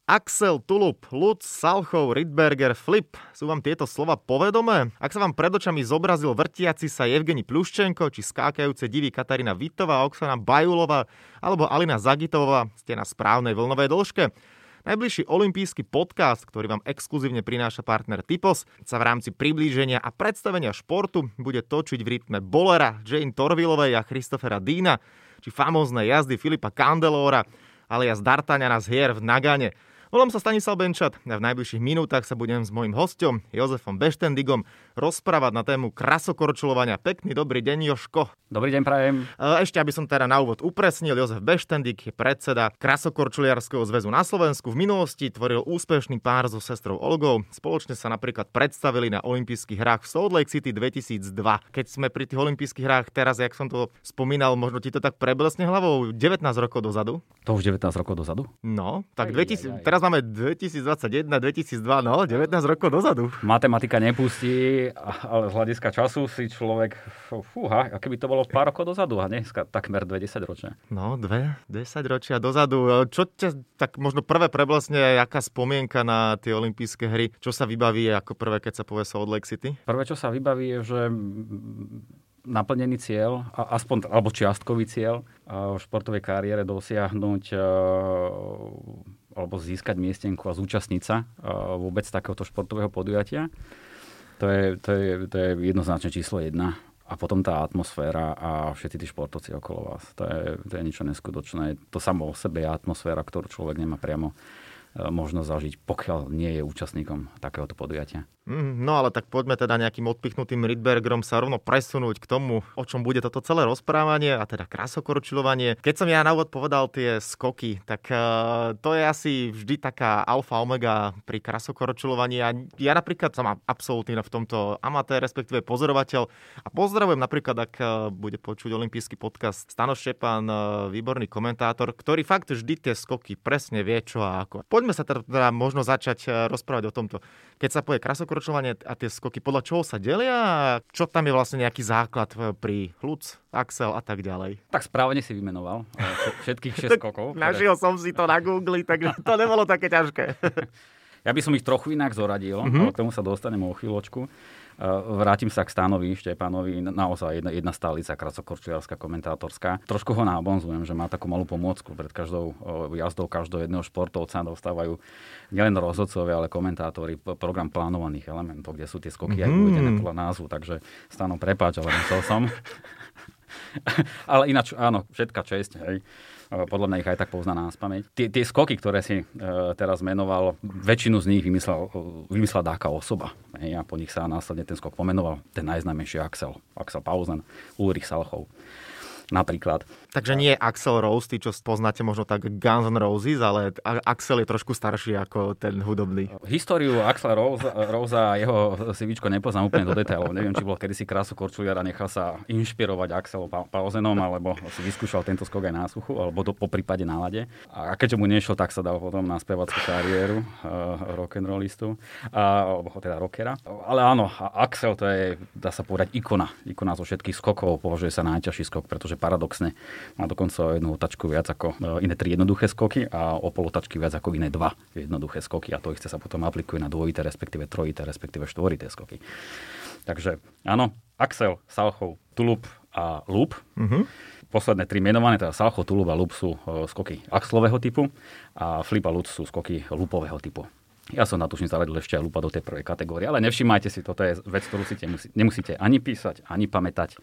Axel Tulub, Lutz, Salchov, Rydberger, Flip. Sú vám tieto slova povedomé? Ak sa vám pred očami zobrazil vrtiaci sa Evgeni Pľuščenko, či skákajúce divy Katarína Vitová, Oksana Bajulová alebo Alina Zagitová, ste na správnej vlnovej dĺžke. Najbližší olympijský podcast, ktorý vám exkluzívne prináša partner Typos, sa v rámci priblíženia a predstavenia športu bude točiť v rytme bolera Jane Torvillovej a Christophera Deana, či famóznej jazdy Filipa Candelora, alias D'Artagnana z hier v Nagane. Volám sa Stanislav Benčat a v najbližších minútach sa budem s mojím hosťom Jozefom Beštendigom rozprávať na tému krasokorčuľovania. Pekný dobrý deň, Jožko. Dobrý deň, prajem. Ešte, aby som teda na úvod upresnil, Jozef Beštendig je predseda Krasokorčuliarskeho zväzu na Slovensku. V minulosti tvoril úspešný pár so sestrou Olgou. Spoločne sa napríklad predstavili na olympijských hrách v Salt Lake City 2002. Keď sme pri tých olympijských hrách teraz, jak som to spomínal, možno ti to tak preblesne hlavou, 19 rokov dozadu. To už 19 rokov dozadu? No, tak 2000, teraz máme 2021, 2002, no, 19 rokov dozadu. Matematika nepustí, ale z hľadiska času si človek, a keby to bolo pár rokov dozadu, a dneska takmer 20 ročia. No, 10 ročia dozadu. Čo ťa, tak možno prvé preblesne, aká spomienka na tie olympijské hry? Čo sa vybaví ako prvé, keď sa povie Salt Lake City? Prvé, čo sa vybaví, je, že naplnený cieľ, aspoň, alebo čiastkový cieľ v športovej kariére dosiahnuť alebo získať miestenku a zúčastniť sa vôbec takéhoto športového podujatia. To je jednoznačne číslo 1. A potom tá atmosféra a všetci tí športovci okolo vás. To je niečo neskutočné. To samo o sebe je atmosféra, ktorú človek nemá priamo možnosť zažiť, pokiaľ nie je účastníkom takéhoto podujatia. No ale tak poďme teda nejakým odpichnutým Rydbergerom sa rovno presunúť k tomu, o čom bude toto celé rozprávanie, a teda krasokorčuľovanie. Keď som ja na úvod povedal tie skoky, tak to je asi vždy taká alfa omega pri krasokorčuľovaní. A ja napríklad som absolútny v tomto amatér, respektíve pozorovateľ. A pozdravujem napríklad, ak bude počuť olympijský podcast Stano Štepan, výborný komentátor, ktorý fakt vždy tie skoky presne vie, čo a ako. Poďme sa teda možno začať rozprávať o tomto. Keď sa povie krasokorčuľovanie a tie skoky, podľa čoho sa delia a čo tam je vlastne nejaký základ pri Lutz, Axel a tak ďalej? Tak správne si vymenoval všetkých 6 skokov. Našiel som si to na Google, takže to nebolo také ťažké. Ja by som ich trochu inak zoradil, ale k tomu sa dostaneme o chvíľočku. Vrátim sa k Stanovi Štepanovi, naozaj jedna stálica krasokorčuliarska, komentátorská. Trošku ho nábonzujem, že má takú malú pomôcku pred každou jazdou každého jedného športovca. Dostávajú nielen rozhodcovia, ale komentátori program plánovaných elementov, kde sú tie skoky aj uvedené podľa názvu. Takže Stano, prepáč, ale musel som. Ale ináč, áno, všetká česť, hej. Podľa mňa ich aj tak pozná naspamäť. Tie skoky, ktoré si teraz menoval, väčšinu z nich vymyslela dáka osoba. A po nich sa následne ten skok pomenoval. Ten najznámejší Axel Pausen, Ulrich Salchov. Napríklad. Takže nie Axl Rose, tí, čo poznáte možno tak Guns N' Roses, ale Axel je trošku starší ako ten hudobný. Históriu Axla Rose a jeho CVčko nepoznám úplne do detailov. Neviem, či bol kedysi krasokorčuliar a nechal sa inšpirovať Axelom Pausenom, alebo si vyskúšal tento skok aj na suchu, alebo po prípade na ľade. A keďže mu nešiel, tak sa dal potom na spevackú kariéru rock'n'rollistu, alebo teda rockera. Ale áno, Axel, to je, dá sa povedať, ikona zo všetkých skokov. Považuje sa najťažší skok, pretože paradoxne má dokonca jednu otačku viac ako iné 3 jednoduché skoky a o polotačky viac ako iné 2 jednoduché skoky, a to isté sa potom aplikuje na dvojité, respektíve trojité, respektíve štvorité skoky. Takže áno, Axel, Salchov, Tulub a Lub. Posledné 3 menované, teda Salchov, Tulub a Lub sú skoky Axlového typu a Flip a Lutz sú skoky Lupového typu. Ja som natuším zaradil ešte aj Lupa do tej prvej kategórie, ale nevšimajte si, toto je vec, ktorú si nemusíte ani písať, ani pamätať.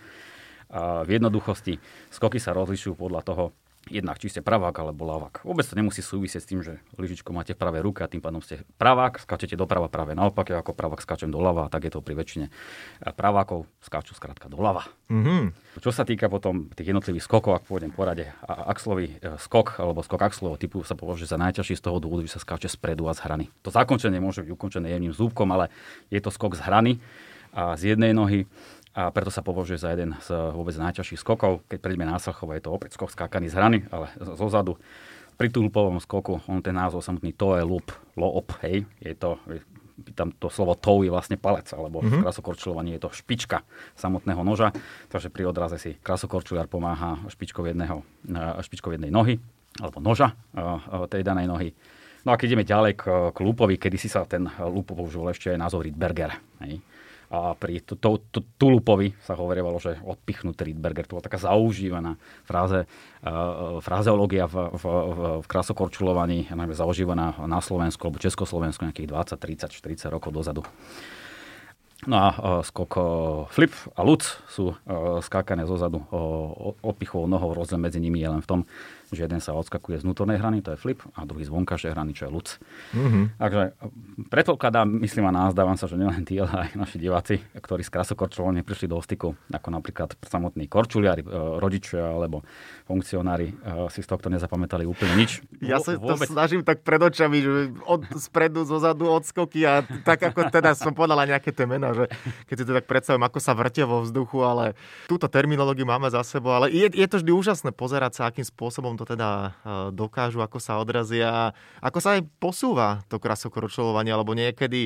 V jednoduchosti skoky sa rozlišujú podľa toho, jednak či ste pravák alebo ľavák. Vôbec to nemusí súvisieť s tým, že lyžičko máte v pravej ruke a tým pádom ste pravák, skáčete doprava, práve naopak, ja ako pravák skáčem doľava, tak je to pri väčšine pravákov, skáču skrátka doľava. Čo sa týka potom tých jednotlivých skokov, ak pôjdem po rade, Axlový skok alebo skok Axlového typu sa považuje za najťažší z toho dôvodu, že sa skáče spredu a z hrany. To zakončenie môže byť ukončené jemným zúbkom, ale je to skok z hrany a z jednej nohy. A preto sa považuje za jeden z vôbec najťažších skokov. Keď prejdeme na Salchova, je to opäť skok skákaný z hrany, ale zozadu. Pri Tulupovom skoku, ten názov samotný toe loop, loop, hej, je to, tam to slovo toe je vlastne palec, alebo v krasokorčuľovaní je to špička samotného noža, takže pri odraze si krasokorčuliar pomáha špičkou jednej nohy, alebo noža tej danej nohy. No a keď ideme ďalej k Lupovi, kedysi sa ten Lup používal ešte aj názov Rydberger. Hej. A pri Tulupovi sa hovorilo, že odpichnutý Rydberger. To bola taká zaužívaná frazeológia v krasokorčulovaní, najmä zaužívaná na Slovensku alebo Československu nejakých 20, 30, 40 rokov dozadu. No a skok flip a luc sú skákané zozadu odpichovou nohou. Rozdiel medzi nimi je len v tom, že jeden sa odskakuje z vnútornej hrany, to je flip, a druhý z vonkajšej hrany, čo je luc. Takže predpokladám, myslím a názdávam sa, že nielen tí, ale aj naši diváci, ktorí z krasokorčulovania prišli do styku, ako napríklad samotní korčuliari, rodičia alebo funkcionári, si z tohto nezapamätali úplne nič. Ja sa to snažím tak pred očami, že spredu, zozadu, odskoky a tak ako teda som povedala nejaké tie mená, že keď si to tak predstavím, ako sa vrtia vo vzduchu, ale túto terminológiu máme za sebou, ale je to vždy úžasné pozerať sa, akým spôsobom to teda dokážu, ako sa odrazia, ako sa aj posúva to krasokorčulovanie, alebo niekedy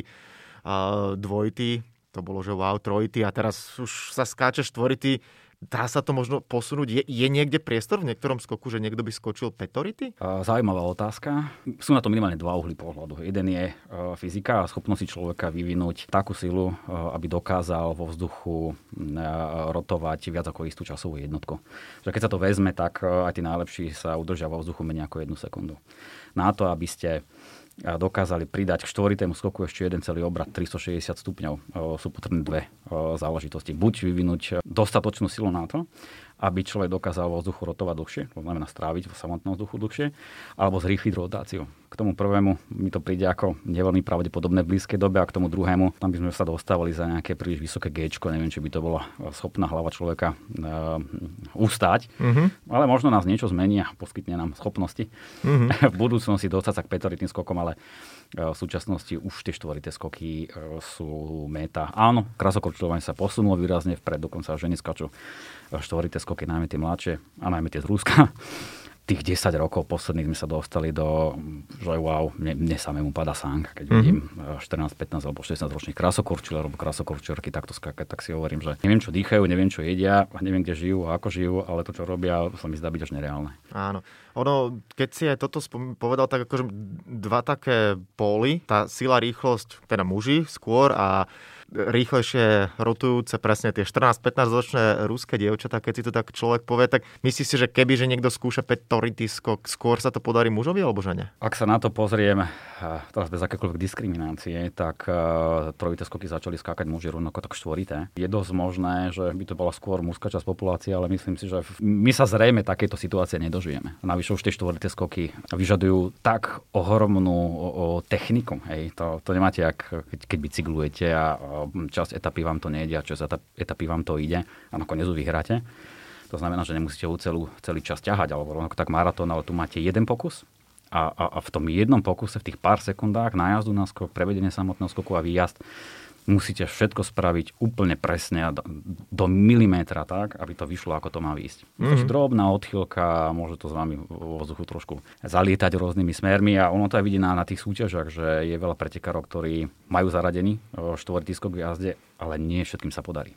dvojitý, to bolo, že wow, trojitý a teraz už sa skáče štvoritý. Dá sa to možno posunúť? Je niekde priestor v niektorom skoku, že niekto by skočil petority? Zaujímavá otázka. Sú na to minimálne dva uhly pohľadu. Jeden je fyzika a schopnosti človeka vyvinúť takú silu, aby dokázal vo vzduchu rotovať viac ako istú časovú jednotku. Že keď sa to vezme, tak aj tí najlepší sa udržia vo vzduchu menej ako 1 sekundu. Na to, aby ste dokázali pridať k štvoritému skoku ešte jeden celý obrat 360 stupňov. Sú potrebné dve záležitosti. Buď vyvinúť dostatočnú silu na to, aby človek dokázal vo vzduchu rotovať dlhšie, to znamená stráviť v samotnom vzduchu dlhšie, alebo zrýchliť rotáciu. K tomu prvému mi to príde ako neveľmi pravdepodobné v blízkej dobe a k tomu druhému tam by sme sa dostávali za nejaké príliš vysoké G-čko, neviem, či by to bola schopná hlava človeka ustáť, ale možno nás niečo zmení a poskytne nám schopnosti v budúcnosti dostať sa k petoritným skokom, ale v súčasnosti už tie štvorité skoky sú méta. Áno, krasokorčulovanie sa posunulo výrazne vpred, dokonca ženy skačú štvorité skoky, najmä tie mladšie a najmä tie z Ruska. Tých 10 rokov posledných sme sa dostali do, že wow, mne samému padá sánka, keď vidím 14, 15 alebo 16 ročných krasokorčuliarov alebo krasokorčuliarky takto skákať, tak si hovorím, že neviem, čo dýchajú, neviem, čo jedia, neviem, kde žijú a ako žijú, ale to, čo robia, sa mi zdá byť až nereálne. Áno. Ono, keď si aj toto povedal, tak akože dva také póly, tá sila, rýchlosť, teda muži skôr a rýchlejšie rotujúce presne tie 14-15 ročné ruské dievčatá, keď si to tak človek povie, tak myslíš si, že keby že niekto skúša petority skok, skôr sa to podarí mužovi alebo žene? Ak sa na to pozriem, teraz bez akékoľvek diskriminácie, tak trojité skoky začali skákať muži rovnako tak štvorité. Je dosť možné, že by to bola skôr mužská časť populácie, ale myslím si, že my sa zrejme takéto situácie nedožijeme. Navyše už tie štvorité skoky vyžadujú tak ohromnú techniku. Hej. To nemáte, keď bicyklujete a časť etapy vám to nejde a časť etapy vám to ide a nakoniec vyhráte. To znamená, že nemusíte ho celý čas ťahať, alebo rovnako tak maratón, ale tu máte jeden pokus a v tom jednom pokuse, v tých pár sekundách nájazdu na skok, prevedenie samotného skoku a výjazd musíte všetko spraviť úplne presne a do milimetra tak, aby to vyšlo, ako to má výjsť. Drobná odchýlka, môže to s vami vo vzduchu trošku zalietať rôznymi smermi a ono to aj vidí na tých súťažiach, že je veľa pretekárov, ktorí majú zaradený štvoritý skok v jazde, ale nie všetkým sa podarí.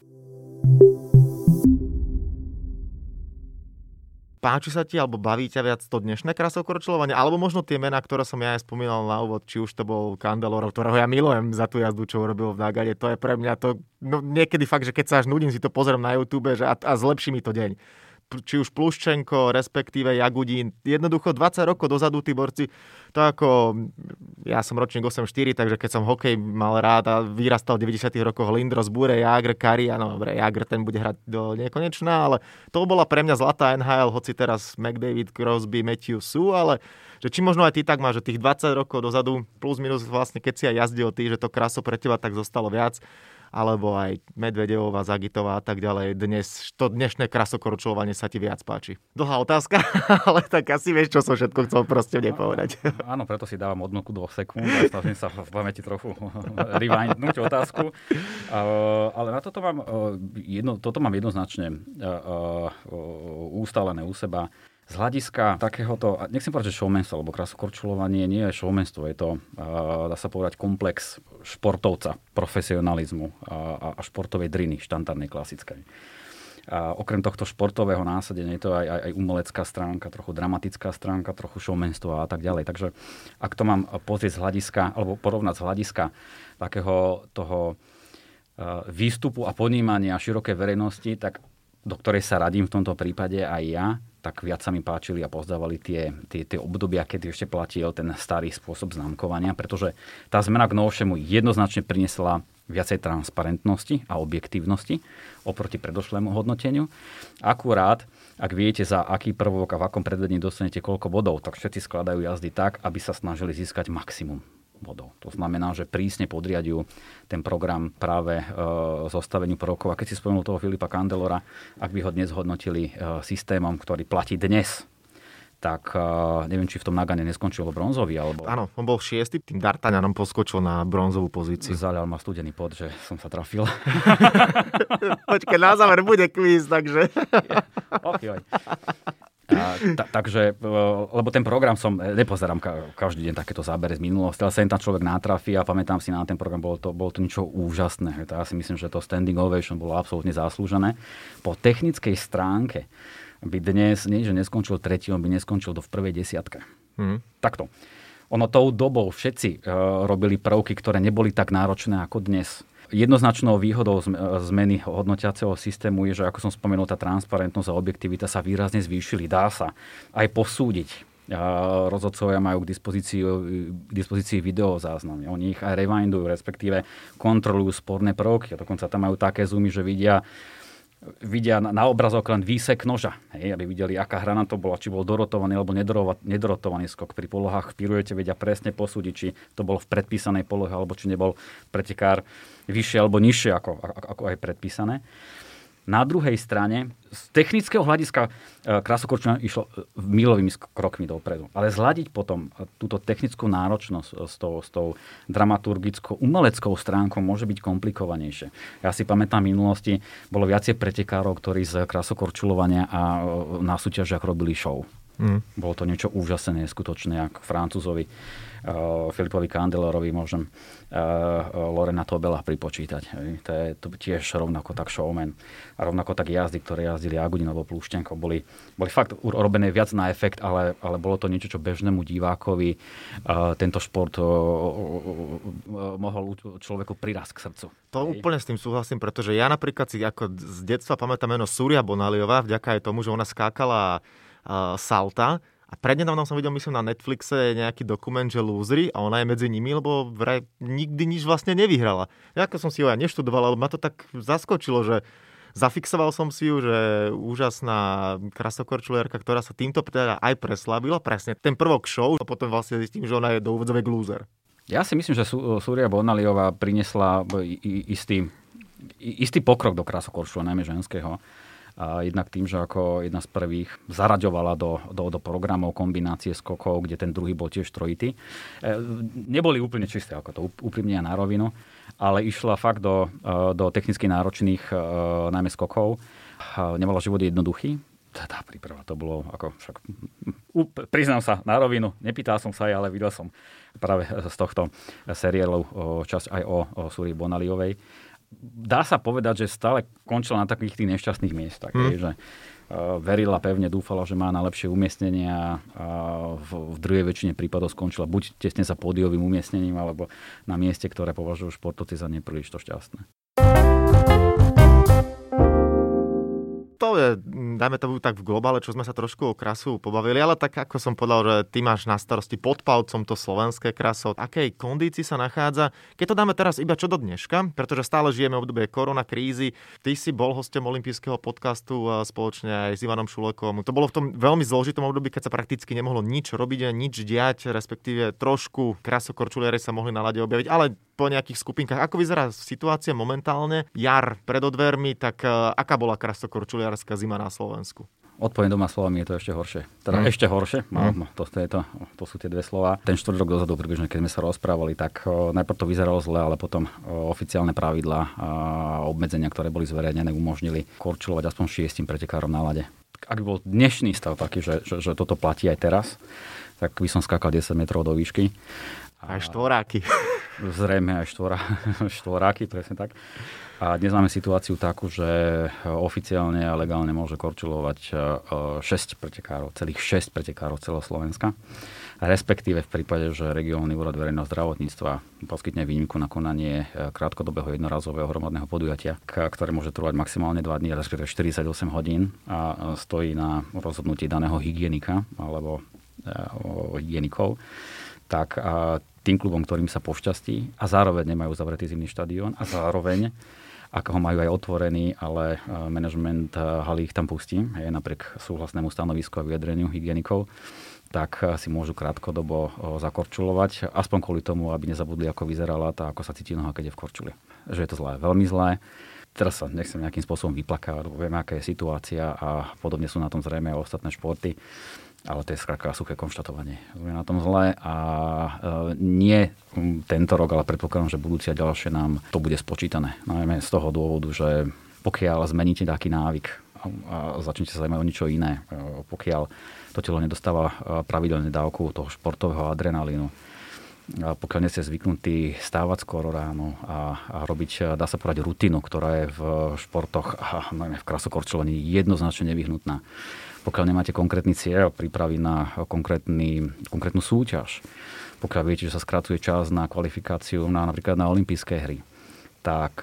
Páči sa ti, alebo baví ťa viac to dnešné krasokorčulovanie, alebo možno tie mená, ktoré som ja aj spomínal na úvod, či už to bol Candeloro, ktorého ja milujem za tú jazdu, čo urobil v Nagade. To je pre mňa to, no niekedy fakt, že keď sa až nudím, si to pozriem na YouTube, že a zlepší mi to deň. Či už Pluščenko, respektíve Jagudín. Jednoducho 20 rokov dozadu tí borci, to ako, ja som ročník 84, takže keď som hokej mal rád a vyrastal v 90 rokoch Lindros, Bure, Jágr, Kari, no dobre, Jágr ten bude hrať do nekonečná, ale to bola pre mňa zlatá NHL, hoci teraz McDavid, Crosby, Matthews sú, ale že či možno aj ty tak máš, že tých 20 rokov dozadu, plus minus vlastne, keď si aj jazdil ty, že to kraso pre teba tak zostalo viac, alebo aj Medvedevová, Zagitová a tak ďalej. To dnešné krasokorčulovanie sa ti viac páči? Dlhá otázka, ale tak asi vieš, čo som všetko chcel proste nepovedať. Áno, preto si dávam odmlku 2 sekúnd a snažím sa v pamäti trochu rewindnúť otázku. Ale na toto mám jednoznačne ustálené u seba. Z hľadiska takéhoto, nechcem povedať, že showmanstvo, lebo krasokorčulovanie nie je showmanstvo, je to, dá sa povedať, komplex športovca, profesionalizmu a športovej driny, štandardnej, klasickej. A okrem tohto športového násadenia je to aj umelecká stránka, trochu dramatická stránka, trochu showmanstvo a tak ďalej. Takže ak to mám pozrieť z hľadiska, alebo porovnať z hľadiska takého toho výstupu a ponímania širokej verejnosti, tak do ktorej sa radím v tomto prípade aj ja, tak viac sa mi páčili a pozdávali tie obdobia, kedy ešte platil ten starý spôsob známkovania, pretože tá zmena k novšiemu jednoznačne priniesla viacej transparentnosti a objektívnosti oproti predošlému hodnoteniu. Akurát, ak viete, za aký prvok a v akom predvedení dostanete koľko bodov, tak všetci skladajú jazdy tak, aby sa snažili získať maximum bodov. To znamená, že prísne podriadujú ten program práve zostaveniu prvkov. A keď si spomenul toho Filipa Candelora, ak by ho dnes hodnotili systémom, ktorý platí dnes, tak neviem, či v tom Nagane neskončil bronzový, alebo... Áno, on bol 6. Tým D'Artagnanom poskočil na bronzovú pozíciu. Zalial ma studený pot, že som sa trafil. Počkaj, na záver bude kvíz, takže... Takže, lebo ten program nepozerám každý deň takéto zábery z minulosti, ale sa tam človek natrafí a pamätám si na ten program, bolo to niečo úžasné. Ja si myslím, že to standing ovation bolo absolútne zaslúžené. Po technickej stránke by dnes, nie že neskončil tretí, on by neskončil v prvej desiatke. Takto. Ono tou dobou všetci robili prvky, ktoré neboli tak náročné ako dnes. Jednoznačnou výhodou zmeny hodnotiaceho systému je, že ako som spomenul, tá transparentnosť a objektivita sa výrazne zvýšili. Dá sa aj posúdiť. Rozhodcovia majú k dispozícii videozáznamy. Oni ich aj rewindujú, respektíve kontrolujú sporné prvky. A dokonca tam majú také zoomy, že vidia na obrazok len výsek noža, aby videli, aká hrana to bola, či bol dorotovaný alebo nedorotovaný skok. Pri polohách vpírujete, vedia presne posúdiť, či to bol v predpísanej polohe, alebo či nebol pretekár vyššie alebo nižšie, ako aj predpísané. Na druhej strane, z technického hľadiska Krasokorčuliar išlo milovými krokmi dopredu. Ale zladiť potom túto technickú náročnosť s tou dramaturgickou, umeleckou stránkou môže byť komplikovanejšie. Ja si pamätám, v minulosti bolo viacej pretekárov, ktorí z krasokorčulovania a na súťažiach robili show. Bolo to niečo úžasné, neskutočné, ako Francúzovi Filipovi Candelorovi môžem Lorena Tobela pripočítať. To je tiež rovnako tak showman. A rovnako tak jazdy, ktoré jazdili Agudin alebo Pluštenko, boli fakt urobené viac na efekt, ale bolo to niečo, čo bežnému divákovi tento šport mohol človeku prirásť k srdcu. To úplne s tým súhlasím, pretože ja napríklad si ako z detstva pamätám meno Surya Bonaliová, vďaka aj tomu, že ona skákala salta. A prednedávnom som videl, myslím, na Netflixe nejaký dokument, že lúzri a ona je medzi nimi, lebo vraj nikdy nič vlastne nevyhrala. Ja ako som si ho aj neštudoval, ale ma to tak zaskočilo, že zafixoval som si ju, že úžasná krasokorčuliarka, ktorá sa týmto teda aj preslávila, presne ten prvok show, a potom vlastne zistím, že ona je do úvodzovek lúzer. Ja si myslím, že Surya Bonaliová priniesla istý pokrok do krasokorčula, najmä ženského. A jednak tým, že ako jedna z prvých zaraďovala do programov kombinácie skokov, kde ten druhý bol tiež trojitý. Neboli úplne čisté, ako to úprimne na rovinu, ale išla fakt do technicky náročných najmä skokov. Nemala život jednoduchý. Tá príprava to bolo ako však... Priznám sa na rovinu, nepýtal som sa aj, ale videl som práve z tohto seriálu časť aj o Surii Bonaliovej. Dá sa povedať, že stále končila na takých tých nešťastných miestach. Že verila pevne, dúfala, že má najlepšie umiestnenia a v druhej väčšine prípadov skončila buď tesne za pódiovým umiestnením, alebo na mieste, ktoré považujú športovci za nepríliš to šťastné. To je, dajme to tak v globále, čo sme sa trošku o krasu pobavili, ale tak ako som povedal, že ty máš na starosti pod palcom to slovenské kraso, v akej kondícii sa nachádza. Keď to dáme teraz iba čo do dneška, pretože stále žijeme v obdobie koronakrízy, ty si bol hosťom olympijského podcastu spoločne aj s Ivanom Šulekom. To bolo v tom veľmi zložitom období, keď sa prakticky nemohlo nič robiť a nič diať, respektíve trošku krasokorčuliari sa mohli na ľade objaviť, ale po nejakých skupinkách. Ako vyzerá situácia momentálne? Jar pred odvermi, tak aká bola krasokorčuliarska zima na Slovensku? Odpoviem doma slovami, je to ešte horšie. Teda ešte horšie, to sú tie dve slova. Ten 4 rok dozadu, približne, keď sme sa rozprávali, tak najprv to vyzeralo zle, ale potom oficiálne pravidlá a obmedzenia, ktoré boli zverejnené, umožnili korčulovať aspoň 6 pretekárom na ľade. Ak by bol dnešný stav taký, že toto platí aj teraz, tak by som skákal 10 metrov do výšky. Aj štvoráky. zrejme aj štvoráky, presne tak. A dnes máme situáciu takú, že oficiálne a legálne môže korčulovať 6 pretekárov, celých 6 pretekárov celého Slovenska. Respektíve v prípade, že regionálny úrad verejného zdravotníctva poskytne výnimku na konanie krátkodobého jednorazového hromadného podujatia, ktoré môže trvať maximálne 2 dní, respektíve 48 hodín a stojí na rozhodnutí daného hygienika alebo hygienikov, tak tým klubom, ktorým sa pošťastí a zároveň nemajú zavretý zimný štadión a zároveň ak ho majú aj otvorený, ale manažment haly ich tam pustí, napriek súhlasnému stanovisku a vyjadreniu hygienikov, tak si môžu krátkodobo zakorčulovať, aspoň kvôli tomu, aby nezabudli, ako vyzerala tá, ako sa cíti noha, keď je v korčuli. Že je to zlé, veľmi zlé. Teraz sa nechcem nejakým spôsobom vyplakávať, vieme, aká je situácia a podobne sú na tom zrejme aj ostatné športy, ale to je skrátka suché konštatovanie. Je na tom zlé a nie tento rok, ale predpokladám, že budúci a ďalšie nám to bude spočítané. Najmä z toho dôvodu, že pokiaľ zmeníte taký návyk a začnete sa zaujímať o niečo iné, pokiaľ to telo nedostáva pravidelne dávku toho športového adrenalínu, pokiaľ nie ste zvyknutí stávať skoro ráno a robiť, dá sa povedať, rutinu, ktorá je v športoch a najmä v krasokorčulení jednoznačne nevyhnutná. Pokiaľ nemáte konkrétny cieľ prípravy na konkrétnu súťaž, pokiaľ viete, že sa skracuje čas na kvalifikáciu napríklad na olympijské hry, tak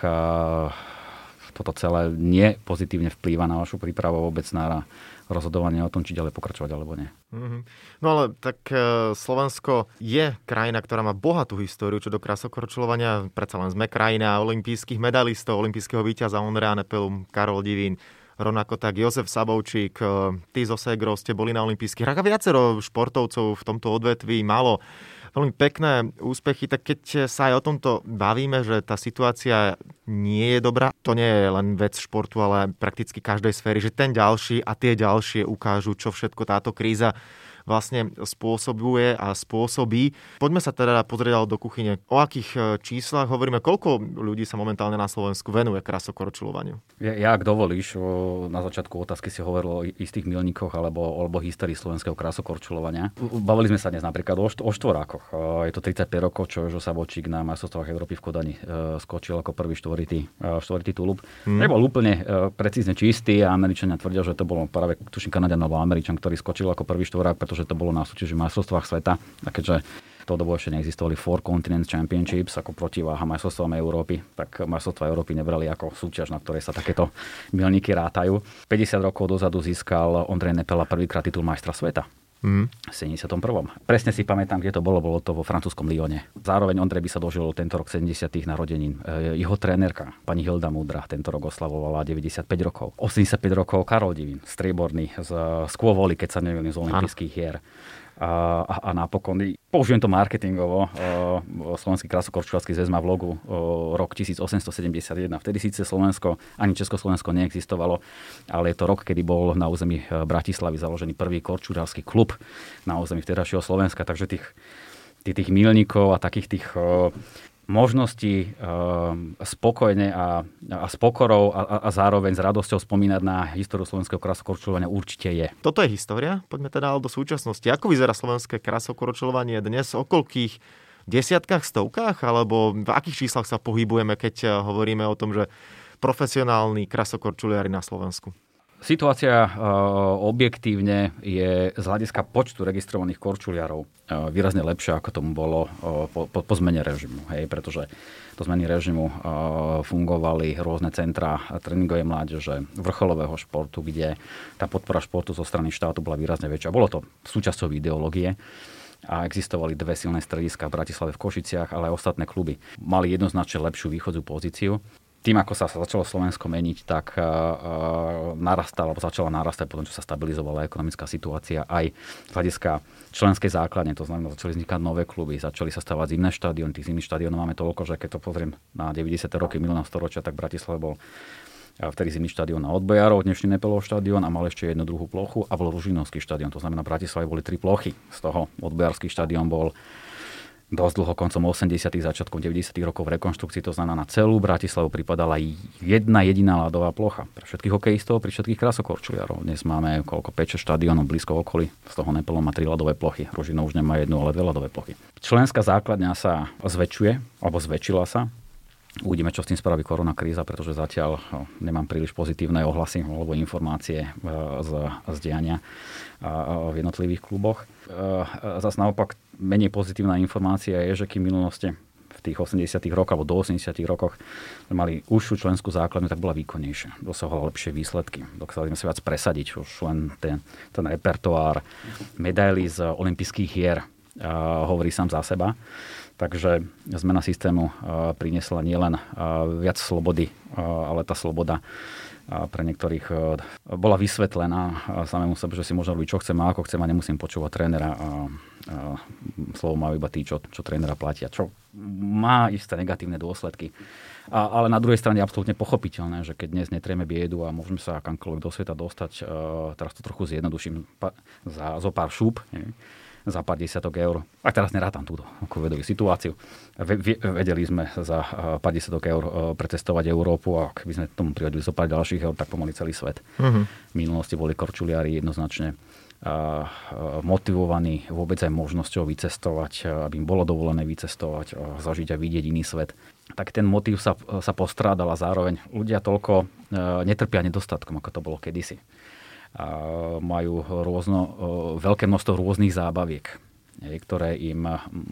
toto celé nie pozitívne vplýva na vašu prípravu vôbec na rozhodovanie o tom, či ďalej pokračovať alebo nie. No ale tak Slovensko je krajina, ktorá má bohatú históriu čo do krasokorčulovania. Predsa len sme krajina olympijských medalistov, olympijského víťaza Ondreja Nepelu, Karol Divín, rovnako tak Jozef Sabovčík, tí zo Segrov ste boli na olympijských hrách a viacero športovcov v tomto odvetví malo veľmi pekné úspechy, tak keď sa aj o tomto bavíme, že tá situácia nie je dobrá, to nie je len vec športu, ale prakticky každej sféry, že ten ďalší a tie ďalšie ukážu, čo všetko táto kríza vlastne spôsobuje a spôsobí. Poďme sa teda pozrieť do kuchyne. O akých číslach hovoríme, koľko ľudí sa momentálne na Slovensku venuje krasokorčulovaniu? Ja, ak dovolíš, na začiatku otázky si hovoril o istých milníkoch alebo histórii slovenského krasokorčulovania. Bavili sme sa dnes napríklad o štvorákoch. Je to 35 rokov, čo Jožo Sabovčík na majstrovstvách Európy v Kodani skočil ako prvý štvoritý tulub. Nebol úplne precízne čistý a Američania tvrdia, že to bolo práve, tuším, Kanaďan alebo Američan, ktorý skočil ako prvý štvorák, že to bolo na súťaži majstrovstvách sveta. A keďže to dobu ešte neexistovali Four Continents Championships ako protiváha majstrovstvám Európy, tak majstrovstvá Európy nebrali ako súťaž, na ktorej sa takéto milníky rátajú. 50 rokov dozadu získal Ondrej Nepela prvýkrát titul majstra sveta. V 71. Presne si pamätám, kde to bolo to vo francúzskom Lyone. Zároveň Ondrej by sa dožil tento rok 70. narodenín. Jeho trénerka, pani Hilda Múdra, tento rok oslavovala 95 rokov. 85 rokov Karol Divín, strieborný z Skôvoly, keď sa nemýlim, z olympijských hier. A napokon, použijem to marketingovo, Slovenský krasokorčulársky zväz má v logu rok 1871. Vtedy síce Slovensko, ani Československo neexistovalo, ale je to rok, kedy bol na území Bratislavy založený prvý korčulársky klub na území vtedajšieho Slovenska. Takže tých milníkov a takých tých možnosti spokojne a s pokorou a zároveň s radosťou spomínať na históriu slovenského krasokorčulovania určite je. Toto je história? Poďme teda do súčasnosti. Ako vyzerá slovenské krasokorčulovanie dnes? O koľkých desiatkách, stovkách? Alebo v akých číslach sa pohybujeme, keď hovoríme o tom, že profesionálni krasokorčuliari na Slovensku? Situácia objektívne je z hľadiska počtu registrovaných korčuliarov výrazne lepšia, ako tomu bolo po zmene režimu. Hej, pretože po zmene režimu fungovali rôzne centrá tréningovej mládeže, vrcholového športu, kde tá podpora športu zo strany štátu bola výrazne väčšia. Bolo to súčasťou ideológie a existovali dve silné strediska v Bratislave, v Košiciach, ale aj ostatné kluby mali jednoznačne lepšiu východzú pozíciu. Tým, ako sa začalo Slovensko meniť, tak začala narastať potom, čo sa stabilizovala ekonomická situácia aj z hľadiska členskej základne. To znamená, začali vznikať nové kluby, začali sa stavať zimné štadióny. Tých zimných štadiónov máme toľko, že keď to pozriem na 90. roky minulého storočia, tak v Bratislave bol vtedy zimný štadión na Odbojárov, dnešný Nepelov štadión a mal ešte jednu druhú plochu a bol Ružinovský štadión. To znamená, v Bratislave boli 3 plochy. Z toho Odbojársky štadión bol dosť dlho, koncom 80., začiatkom 90. rokov v rekonštrukcii, to znamená, na celú Bratislavu pripadala jedna jediná ľadová plocha. Pre všetkých hokejistov, pri všetkých krasokorčuliarov. Dnes máme koľko 5-6 štadiónov blízko okolí, z toho Nepelo má 3 ľadové plochy. Ružinov už nemá jednu, ale 2 ľadové plochy. Členská základňa sa zväčšuje, alebo zväčšila sa. Uvidíme, čo s tým spraví koronakríza, pretože zatiaľ nemám príliš pozitívne ohlasy alebo informácie z diania v jednotlivých kluboch. Zas naopak menej pozitívna informácia je, že kým v minulosti v tých 80. rokoch alebo do 80. rokoch mali užšiu členskú základňu, tak bola výkonnejšia. Dosahovala lepšie výsledky. Dokázali sme si viac presadiť už len ten repertoár medailí z olympijských hier hovorí sám za seba. Takže zmena systému priniesla nielen viac slobody, ale tá sloboda pre niektorých bola vysvetlená samému sebe, že si môžem robiť, čo chcem a ako chcem a nemusím počúvať trénera a slovo majú iba tí, čo trénera platia, čo má isté negatívne dôsledky. Ale na druhej strane je absolútne pochopiteľné, že keď dnes netrieme biedu a môžeme sa kamkoľvek do sveta dostať, teraz to trochu zjednoduším, zo pár šúp, za pár desiatok eur. A teraz nerátam túto covidovú situáciu. Vedeli sme za pár desiatok eur pretestovať Európu a keby sme tomu prihodili zo pár ďalších eur, tak pomaly celý svet. V minulosti boli korčuliari jednoznačne motivovaní vôbec aj možnosťou vycestovať, aby im bolo dovolené vycestovať, zažiť a vidieť iný svet. Tak ten motív sa postrádal a zároveň ľudia toľko netrpia nedostatkom, ako to bolo kedysi. Majú veľké množstvo rôznych zábaviek, ktoré im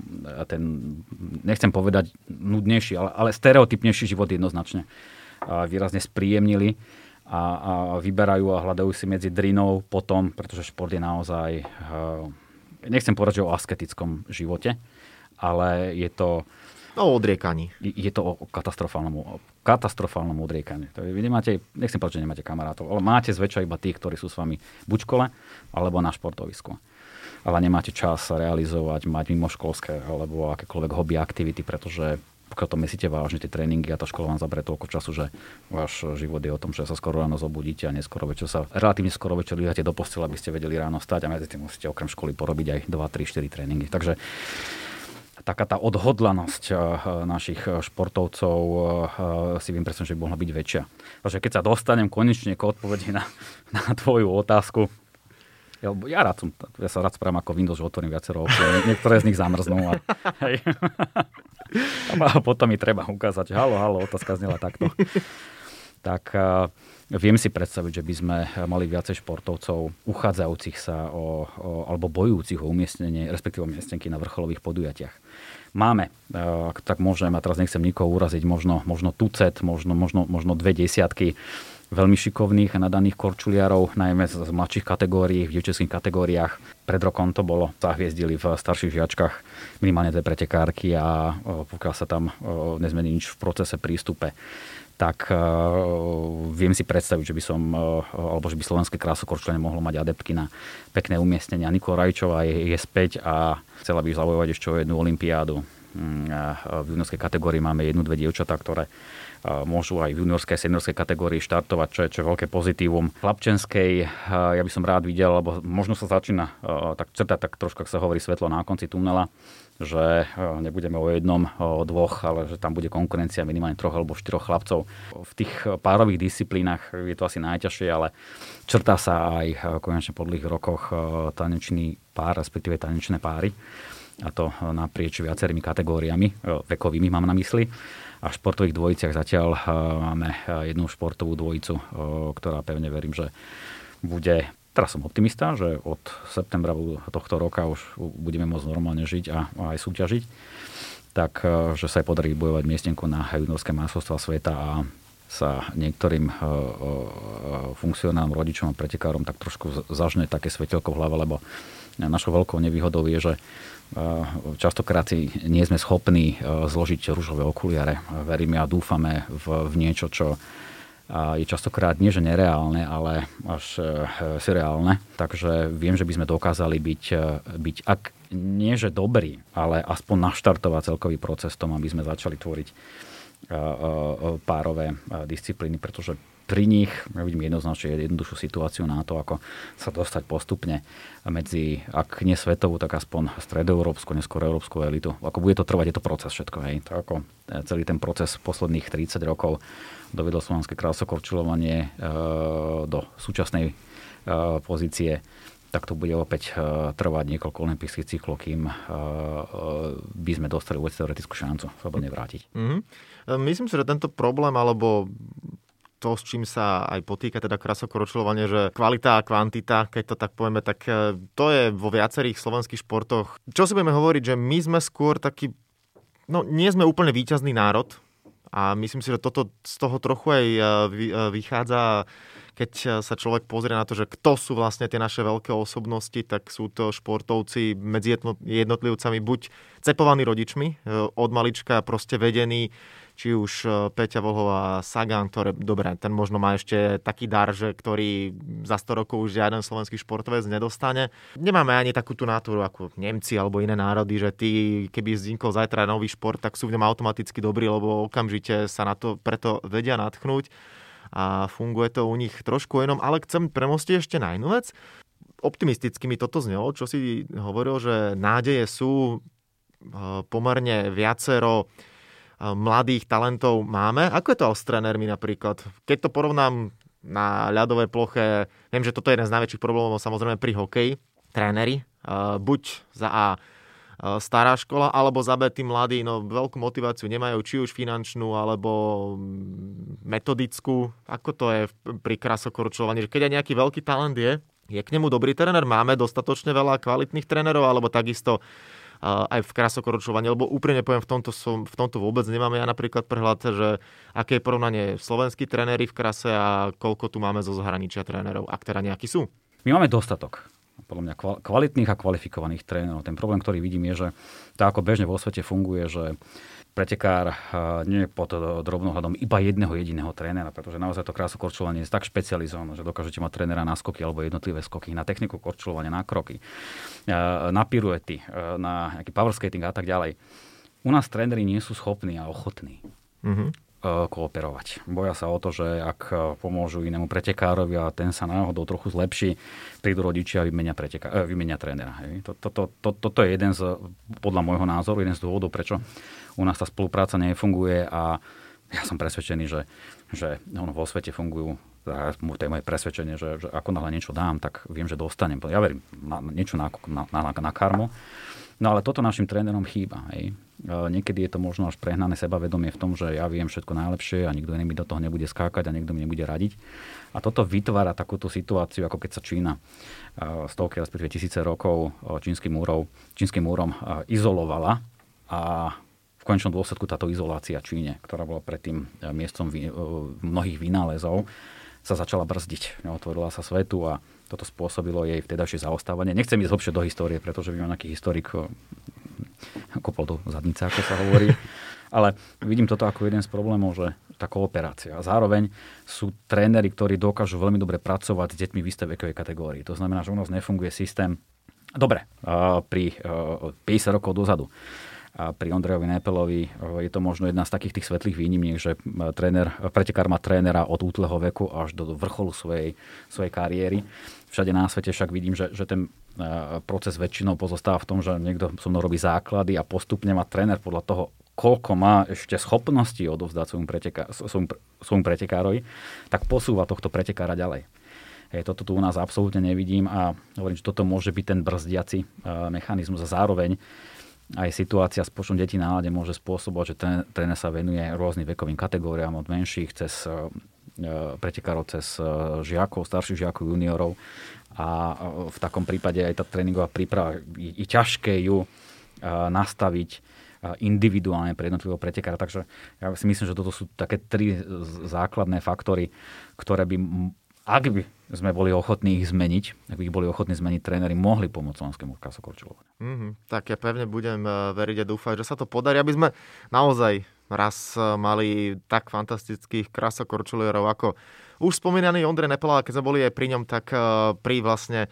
nechcem povedať nudnejší, ale stereotypnejší život jednoznačne výrazne spríjemnili a vyberajú a hľadajú si medzi drinou potom, pretože šport je naozaj, nechcem povedať, že o asketickom živote, ale je to o odriekaní. Je to o katastrofálnom odriekaní. Vy nemáte, nechcem povedať, že nemáte kamarátov, ale máte zväčša iba tých, ktorí sú s vami buď v škole, alebo na športovisku. Ale nemáte čas sa realizovať, mať mimoškolské alebo akékoľvek hobby aktivity, pretože pokiaľ to myslíte vážne, tie tréningy a tá škola vám zabere toľko času, že váš život je o tom, že sa skoro ráno zobudíte a relatívne skoro večer ľudáte do postele, aby ste vedeli ráno stať a medzi tým musíte okrem školy porobiť aj 2, 3, 4 tréningy. Takže taká tá odhodlanosť našich športovcov si viem predstaviť, že by mohla byť väčšia. Takže keď sa dostanem konečne k odpovedi na tvoju otázku, ja sa rád správam ako Windows, že otvorím viacero okien, niektoré z nich zamrznú a potom mi treba ukázať, halo, otázka znela takto. Tak viem si predstaviť, že by sme mali viacej športovcov uchádzajúcich sa alebo bojujúcich o umiestnenie, respektíve umiestnenky na vrcholových podujatiach. Máme, ak tak môžem, a teraz nechcem nikoho uraziť, možno tucet, možno 2 desiatky veľmi šikovných a nadaných korčuliarov, najmä z mladších kategórií, v dievčenských kategóriách. Pred rokom to bolo, zahviezdili v starších žiačkách minimálne 2 pretekárky a pokiaľ sa tam nezmení nič v procese prístupe, tak viem si predstaviť, že by slovenské krásokorčuľanie mohlo mať adeptky na pekné umiestnenia. Nikola Rajčová je späť a chcela by zavojovať ešte o jednu olympiádu. V juniorskej kategórii máme 1-2 dievčatá, ktoré môžu aj v juniorskej a seniorskej kategórii štartovať, čo je veľké pozitívum. V chlapčenskej ja by som rád videl, lebo možno sa začína tak črtať tak trošku, ak sa hovorí, svetlo na konci tunela, že nebudeme o 1, o 2, ale že tam bude konkurencia minimálne 3 alebo 4 chlapcov. V tých párových disciplínach je to asi najťažšie, ale črtá sa aj konečne po dlhých rokoch tanečný pár, respektíve tanečné páry. A to naprieč viacerými kategóriami, vekovými mám na mysli. A v športových dvojiciach zatiaľ máme jednu športovú dvojicu, ktorá pevne verím, že bude. Teraz som optimista, že od septembra tohto roka už budeme môcť normálne žiť a aj súťažiť. Tak, že sa aj podarí bojovať miestenku na juniorské majstrovstvá sveta a sa niektorým funkcionálnym rodičom a pretekárom tak trošku zažne také svetelko v hlave, lebo našou veľkou nevýhodou je, že častokrát si nie sme schopní zložiť ružové okuliare. Veríme a dúfame v niečo, čo je častokrát nie že nereálne, ale až surreálne. Takže viem, že by sme dokázali byť ak nie že dobrý, ale aspoň naštartovať celkový proces tom, aby sme začali tvoriť párové disciplíny, pretože pri nich ja vidím jednoznačne jednoduchšiu situáciu na to, ako sa dostať postupne medzi, ak nie svetovú, tak aspoň stredoeurópsku, neskôr európsku elitu. Ako bude to trvať, je to proces všetko. Hej. To ako celý ten proces posledných 30 rokov dovedol slovenské krásokorčuľovanie do súčasnej pozície, tak to bude opäť trvať niekoľko olympijských cyklov, kým by sme dostali vôbec teoretickú šancu sa do nej vrátiť. Myslím si, že tento problém, alebo to, s čím sa aj potýka teda krásokorčuľovanie, že kvalita a kvantita, keď to tak povieme, tak to je vo viacerých slovenských športoch. Čo si budeme hovoriť, že my sme skôr taký, nie sme úplne víťazný národ a myslím si, že toto z toho trochu aj vychádza. Keď sa človek pozrie na to, že kto sú vlastne tie naše veľké osobnosti, tak sú to športovci medzi jednotlivcami buď cepovaní rodičmi, od malička proste vedení, či už Peťa Vlhová, Sagan, ktoré, dobre, ten možno má ešte taký dar, že ktorý za 100 rokov už žiaden slovenský športovec nedostane. Nemáme ani takú tú náturu ako Nemci alebo iné národy, že tí, keby vznikol zajtra nový šport, tak sú v ňom automaticky dobrí, lebo okamžite sa na to preto vedia nadchnúť. A funguje to u nich trošku inom, ale chcem premostiť ešte na inú vec. Optimisticky mi toto znelo, čo si hovoril, že nádeje sú pomerne viacero mladých talentov máme. Ako je to s trénermi napríklad? Keď to porovnám na ľadovej ploche, viem, že toto je jeden z najväčších problémov samozrejme pri hokeji. Tréneri, buď za A stará škola, alebo za B tí mladí, veľkú motiváciu nemajú, či už finančnú, alebo metodickú. Ako to je pri krásokorčuľovaní? Keď aj nejaký veľký talent je k nemu dobrý tréner? Máme dostatočne veľa kvalitných trénerov, alebo takisto aj v krásokorčuľovaní? Lebo úprimne poviem, v tomto vôbec nemám ja napríklad prehľad, že aké je porovnanie slovenskí tréneri v krase a koľko tu máme zo zahraničia trénerov, ak teda nejakí sú. My máme dostatok podľa mňa kvalitných a kvalifikovaných trénerov. Ten problém, ktorý vidím, je, že to ako bežne vo svete funguje, že pretekár nie je pod drobnohľadom iba jedného jediného trénera, pretože naozaj to krásokorčuľovanie je tak špecializované, že dokážete mať trénera na skoky alebo jednotlivé skoky, na techniku korčuľovania, na kroky, na piruety, na nejaký powerskating a tak ďalej. U nás tréneri nie sú schopní a ochotní kooperovať. Boja sa o to, že ak pomôžu inému pretekárovi a ten sa náhodou trochu zlepší, prídu rodičia a vymenia trénera. Toto je jeden z, podľa môjho názoru, jeden z dôvodov, prečo u nás tá spolupráca nefunguje a ja som presvedčený, že vo svete fungujú, to je moje presvedčenie, že ako náhle niečo dám, tak viem, že dostanem. Ja verím niečo na karmu. No ale toto našim trénerom chýba. Hej. Niekedy je to možno až prehnané sebavedomie v tom, že ja viem všetko najlepšie a nikto iný mi do toho nebude skákať a nikto mi nebude radiť. A toto vytvára takúto situáciu, ako keď sa Čína stovky, respektíve tisíce rokov čínskym múrom izolovala a v konečnom dôsledku táto izolácia Číne, ktorá bola predtým miestom mnohých vynálezov, sa začala brzdiť. Otvorila sa svetu a toto spôsobilo jej vtedajšie zaostávanie. Nechcem ísť hlbšie do histórie, pretože viem nejaký historik kopol do zadnice, ako sa hovorí. Ale vidím toto ako jeden z problémov, že tá kooperácia. A zároveň sú tréneri, ktorí dokážu veľmi dobre pracovať s deťmi v istej vekovej kategórii. To znamená, že u nás nefunguje systém. Dobre, pri 50 rokov dozadu pri Ondrejovi Nepelovi je to možno jedna z takých tých svetlých výnimiek, že pretekár má trénera od útleho veku až do vrcholu svojej kariéry. Všade na svete však vidím, že ten proces väčšinou pozostáva v tom, že niekto so mnou robí základy a postupne má tréner podľa toho, koľko má ešte schopnosti odovzdať svojmu pretekárovi, tak posúva tohto pretekára ďalej. Toto tu u nás absolútne nevidím a hovorím, že toto môže byť ten brzdiaci mechanizmus a zároveň aj situácia s počtom detí na ľade môže spôsobovať, že tréner sa venuje rôznym vekovým kategóriám od menších cez pretekárov, cez žiakov, starších žiakov, juniorov a v takom prípade aj tá tréningová príprava je ťažké ju nastaviť individuálne pre jednotlivého pretekára. Takže ja si myslím, že toto sú také tri základné faktory, ktoré by, ak by sme boli ochotní ich zmeniť, ak by ich boli ochotní zmeniť tréneri, mohli pomôcť slovenskému krásokorčuľovaniu. Tak ja pevne budem veriť a dúfať, že sa to podarí, aby sme naozaj raz mali tak fantastických krásokorčuliarov ako už spomínaný Ondrej Nepela, keď sme boli aj pri ňom, tak pri vlastne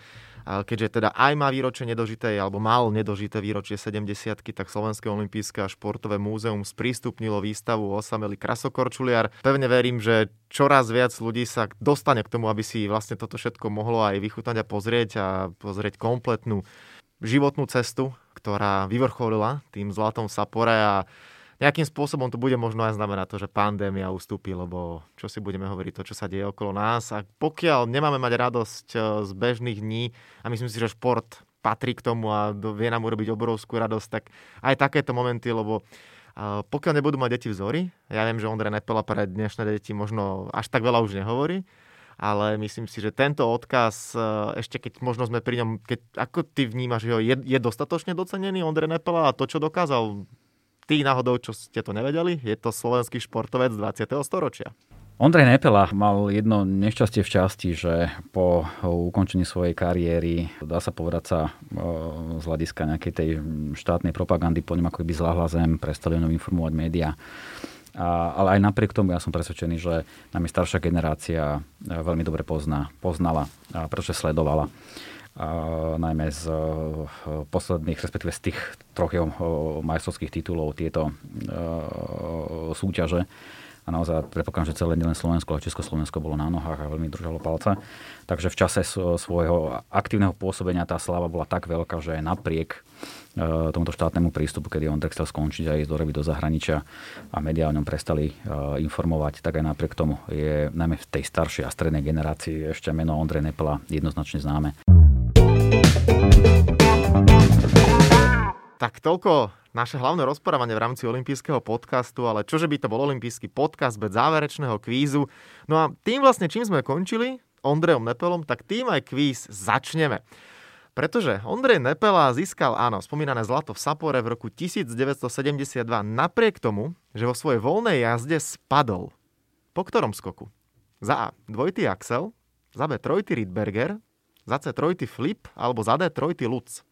keďže teda aj má výročie nedožité, alebo mal nedožité výročie 70-ky, tak Slovenské olympijské a športové múzeum sprístupnilo výstavu Osamelý krasokorčuliar. Pevne verím, že čoraz viac ľudí sa dostane k tomu, aby si vlastne toto všetko mohlo aj vychutnať a pozrieť kompletnú životnú cestu, ktorá vyvrcholila tým zlatom v Sappore a nejakým spôsobom to bude možno aj znamenať to, že pandémia ustúpi, lebo čo si budeme hovoriť, to, čo sa deje okolo nás. A pokiaľ nemáme mať radosť z bežných dní, a myslím si, že šport patrí k tomu a vie nám urobiť obrovskú radosť, tak aj takéto momenty, lebo pokiaľ nebudú mať deti vzory, ja viem, že Ondrej Nepela pre dnešné deti možno až tak veľa už nehovorí, ale myslím si, že tento odkaz, ešte keď možno sme pri ňom, ako ty vnímaš, že je dostatočne docenený Ondrej Nepela a to, čo dokázal. Tí náhodou, čo ste to nevedeli, je to slovenský športovec 20. storočia. Ondrej Nepela mal jedno nešťastie v časti, že po ukončení svojej kariéry, dá sa povedať, sa z hľadiska nejakej tej štátnej propagandy po ňom ako keby zľahla zem, prestali o ňom informovať médiá. Ale aj napriek tomu ja som presvedčený, že nám staršia generácia veľmi dobre poznala, pretože sledovala. Najmä z posledných, respektíve z tých troch majstrovských titulov tieto súťaže. A naozaj predpokladám, že celé nielen Slovensko, ale Československo bolo na nohách a veľmi držalo palce. Takže v čase svojho aktívneho pôsobenia tá sláva bola tak veľká, že napriek tomuto štátnemu prístupu, kedy on chcel skončiť a ísť do zahraničia a médiá o ňom prestali informovať, tak aj napriek tomu je najmä v tej staršej a strednej generácii ešte meno Ondrej Nepela jednoznačne známe. Tak toľko naše hlavné rozprávanie v rámci olympijského podcastu, ale čože by to bol olympijský podcast bez záverečného kvízu. No a tým vlastne, čím sme končili Ondrejom Nepelom, tak tým aj kvíz začneme. Pretože Ondrej Nepela získal, áno, spomínané zlato v Sappore v roku 1972 napriek tomu, že vo svojej voľnej jazde spadol. Po ktorom skoku? Za A. Dvojitý Axel, za B. Trojitý Rydberger, za C. Trojitý Flip, alebo za D. Trojitý Lutz.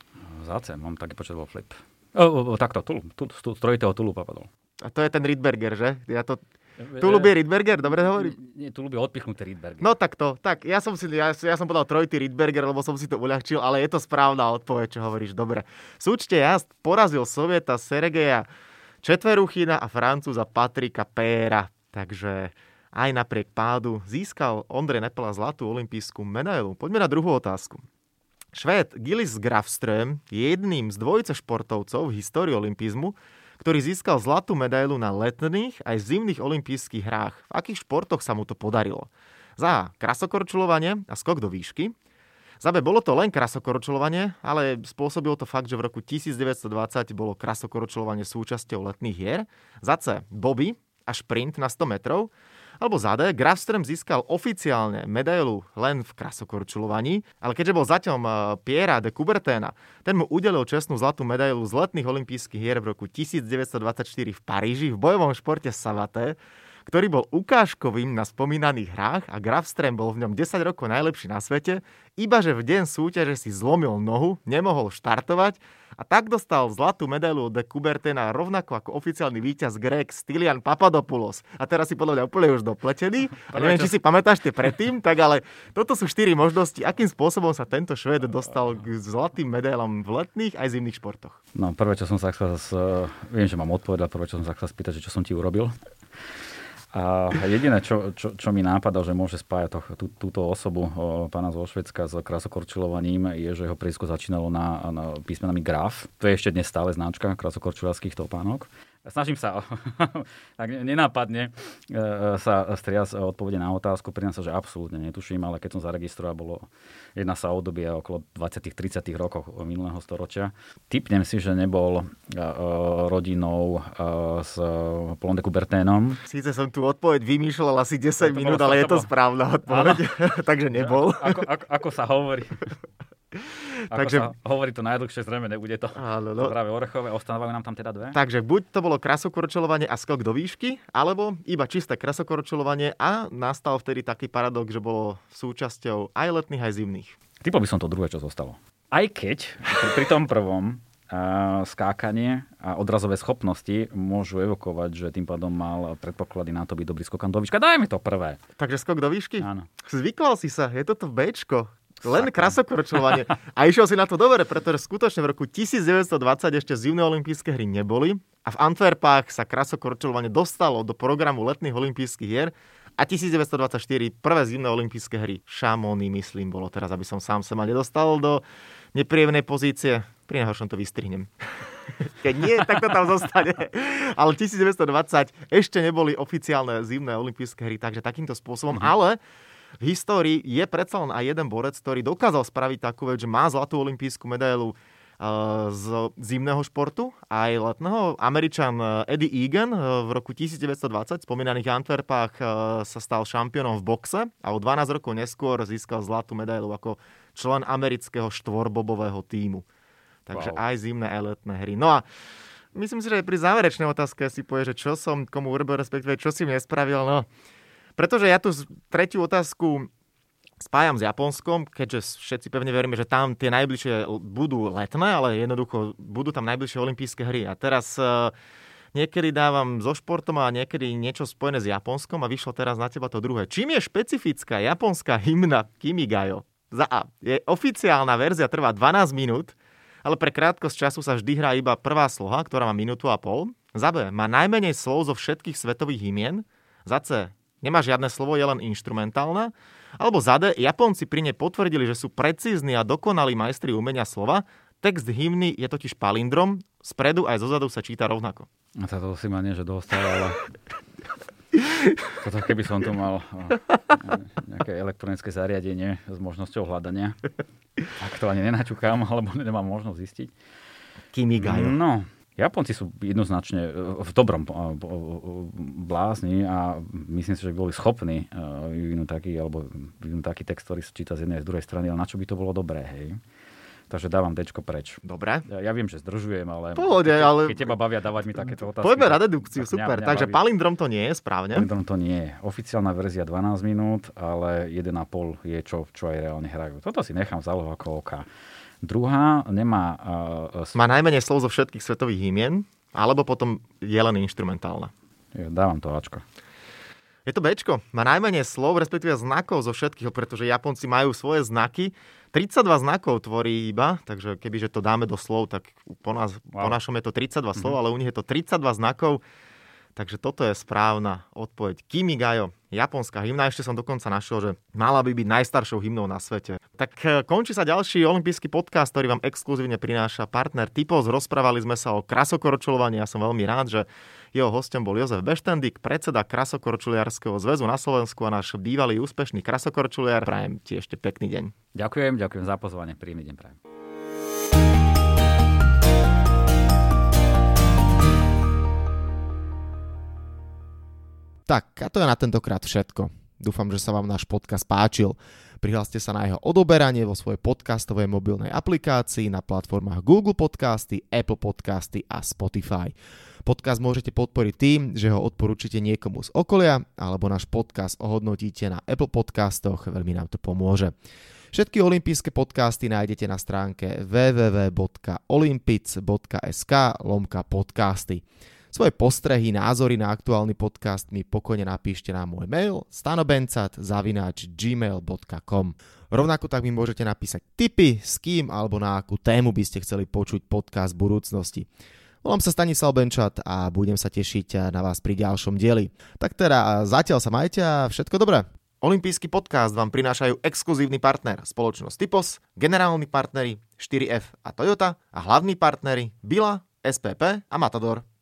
Za C, mám taký počet vo Flip. Takto, z trojitého tulupa padol. A to je ten Rydberger, že? Tulub je Rydberger, dobre hovorím? Nie, tulub je odpichnutý Rydberger. No tak ja som povedal trojitý Rydberger, lebo som si to uľahčil, ale je to správna odpoveď, čo hovoríš, dobre. V súčte jazd porazil Sovieta Sergeja Četveruchina a Francúza Patrika Péra. Takže aj napriek pádu získal Ondrej Nepela zlatú olympijskú medailu. Poďme na druhú otázku. Švéd Gillis Grafström je jedným z dvojice športovcov v histórii olympizmu, ktorý získal zlatú medailu na letných aj zimných olympijských hrách. V akých športoch sa mu to podarilo? Za A. Krasokorčuľovanie a skok do výšky. Za B. Bolo to len krasokorčuľovanie, ale spôsobilo to fakt, že v roku 1920 bolo krasokorčuľovanie súčasťou letných hier. Za C. Bobby a šprint na 100 metrov. Alebo za D. Grafström získal oficiálne medailu len v krasokorčuľovaní, ale keďže bol zatiaľ Pierra de Coubertina, ten mu udelil čestnú zlatú medailu z letných olympijských hier v roku 1924 v Paríži v bojovom športe savate, ktorý bol ukážkovým na spomínaných hrách a Grafström bol v ňom 10 rokov najlepší na svete, ibaže v deň súťaže si zlomil nohu, nemohol štartovať a tak dostal zlatú medailu de Coubertina rovnako ako oficiálny víťaz Grék Stylian Papadopoulos. A teraz si podľa mňa úplne už dopletený. A neviem, či si pamätáš tie predtým, tak ale toto sú 4 možnosti, akým spôsobom sa tento Švéd dostal k zlatým medailom v letných aj zimných športoch. No prvé, čo som sa chcel, viem, že mám odpovedať, prvé, čo som sa chcel spýtať, že čo som ti urobil. A jediné, čo mi nápada, že môže spájať túto osobu pána zo Švédska s krasokorčuľovaním, je, že jeho priesko začínalo na písmenami Graf. To je ešte dnes stále značka krasokorčuľarských topánok. Snažím sa, tak nenápadne sa striasť odpovede na otázku. Priznám sa, že absolútne netuším, ale keď som zaregistroval, jedná sa o obdobie okolo 20-30 rokov minulého storočia. Tipnem si, že nebol rodinou s Paulom de Coubertinom. Síce som tú odpoveď vymýšľal asi 10 minút, ale je to správna odpoveď, takže nebol. Ako sa hovorí. Takže sa hovorí to najdlhšie, zrejme nebude to práve orechové, ostávajú nám tam teda dve. Takže buď to bolo krasokorčuľovanie a skok do výšky, alebo iba čisté krasokorčuľovanie a nastal vtedy taký paradox, že bolo súčasťou aj letných, aj zimných. Typol by som to druhé, čo zostalo. Aj keď pri tom prvom skákanie a odrazové schopnosti môžu evokovať, že tým pádom mal predpoklady na to byť dobrý skokan do výšky. Dajme to prvé. Takže skok do výšky? Áno. Zvykal si sa, je toto Bčko. Len krasokorčuľovanie. A išiel si na to dobre, pretože skutočne v roku 1920 ešte zimné olympijské hry neboli a v Antwerpách sa krasokorčuľovanie dostalo do programu letných olympijských hier a 1924 prvé zimné olympijské hry. Chamonix, myslím, bolo teraz, aby som sám sa nedostal do nepríjemnej pozície. Pri najhoršom to vystrihnem. Keď nie, tak to tam zostane. Ale 1920 ešte neboli oficiálne zimné olympijské hry, takže takýmto spôsobom. Ale v histórii je predsa len aj jeden borec, ktorý dokázal spraviť takú vec, že má zlatú olympijskú medailu z zimného športu, aj letného. Američan Eddie Egan v roku 1920 v spomínaných Antwerpách sa stal šampiónom v boxe a o 12 rokov neskôr získal zlatú medailu ako člen amerického štvorbobového tímu. Takže aj zimné, aj letné hry. No a myslím si, že pri záverečnej otázke si povie, že čo som komu urobil, respektíve čo si nespravil. No, pretože ja tu tretiu otázku spájam s Japonskom, keďže všetci pevne veríme, že tam tie najbližšie budú letné, ale jednoducho budú tam najbližšie olympijské hry. A teraz niekedy dávam so športom a niekedy niečo spojené s Japonskom a vyšlo teraz na teba to druhé. Čím je špecifická japonská hymna Kimigayo? Za A. Je oficiálna verzia, trvá 12 minút, ale pre krátkosť času sa vždy hrá iba prvá sloha, ktorá má minútu a pol. Za B. Má najmenej slov zo všetkých svetových hymien. Za C. Nemá žiadne slovo, je len inštrumentálna. Alebo za D. Japonci pri nej potvrdili, že sú precízni a dokonalí majstri umenia slova. Text hymny je totiž palindrom, spredu aj zozadu sa číta rovnako. A to si ma nie, že dostal, ale toto keby som tu mal nejaké elektronické zariadenie s možnosťou hľadania. Tak to ani nenačukám, alebo nemám možnosť zistiť. Kimigayo. No, Japonci sú jednoznačne v dobrom blázni a myslím si, že by boli schopní vyvinúť taký text, ktorý sa číta z jednej a z druhej strany, ale na čo by to bolo dobré, hej? Takže dávam Dčko preč. Dobre. Ja viem, že zdržujem, ale pohode, ale keď teba bavia dávať mi takéto otázky. Poďme na dedukciu, super. Takže palindrom to nie je správne. Palindrom to nie je. Oficiálna verzia 12 minút, ale 1,5 je čo aj reálne hrajú. Toto si nechám za úlohu ako oka. Druhá nemá... Má najmenej slov zo všetkých svetových hymien, alebo potom je len inštrumentálna. Dávam to Ačko. Je to Bčko. Má najmenej slov, respektíve znakov zo všetkých, pretože Japonci majú svoje znaky. 32 znakov tvorí iba, takže kebyže to dáme do slov, tak po našom je to 32 slov, ale u nich je to 32 znakov. Takže toto je správna odpoveď. Kimigayo, japonská hymna. Ešte som dokonca našiel, že mala by byť najstaršou hymnou na svete. Tak končí sa ďalší olympijský podcast, ktorý vám exkluzívne prináša partner Typos. Rozprávali sme sa o krasokorčuľovaní. Ja som veľmi rád, že jeho hosťom bol Jozef Beštendik, predseda krasokorčuliarskeho zväzu na Slovensku a náš bývalý úspešný krasokorčuliar. Prajem ti ešte pekný deň. Ďakujem za pozvanie. Príjemný deň prajem. Tak, a to je na tentokrát všetko. Dúfam, že sa vám náš podcast páčil. Prihláste sa na jeho odoberanie vo svojej podcastovej mobilnej aplikácii na platformách Google Podcasty, Apple Podcasty a Spotify. Podcast môžete podporiť tým, že ho odporúčite niekomu z okolia, alebo náš podcast ohodnotíte na Apple Podcastoch, veľmi nám to pomôže. Všetky olympijské podcasty nájdete na stránke www.olympic.sk/podcasty. Svoje postrehy, názory na aktuálny podcast mi pokojne napíšte na môj mail stanobencat@gmail.com. Rovnako tak mi môžete napísať tipy, s kým alebo na akú tému by ste chceli počuť podcast v budúcnosti. Volám sa Stanislav Benčat a budem sa tešiť na vás pri ďalšom dieli. Tak teda zatiaľ sa majte a všetko dobré. Olympijský podcast vám prinášajú exkluzívny partner spoločnosť Typos, generálni partneri 4F a Toyota a hlavní partneri Bila, SPP a Matador.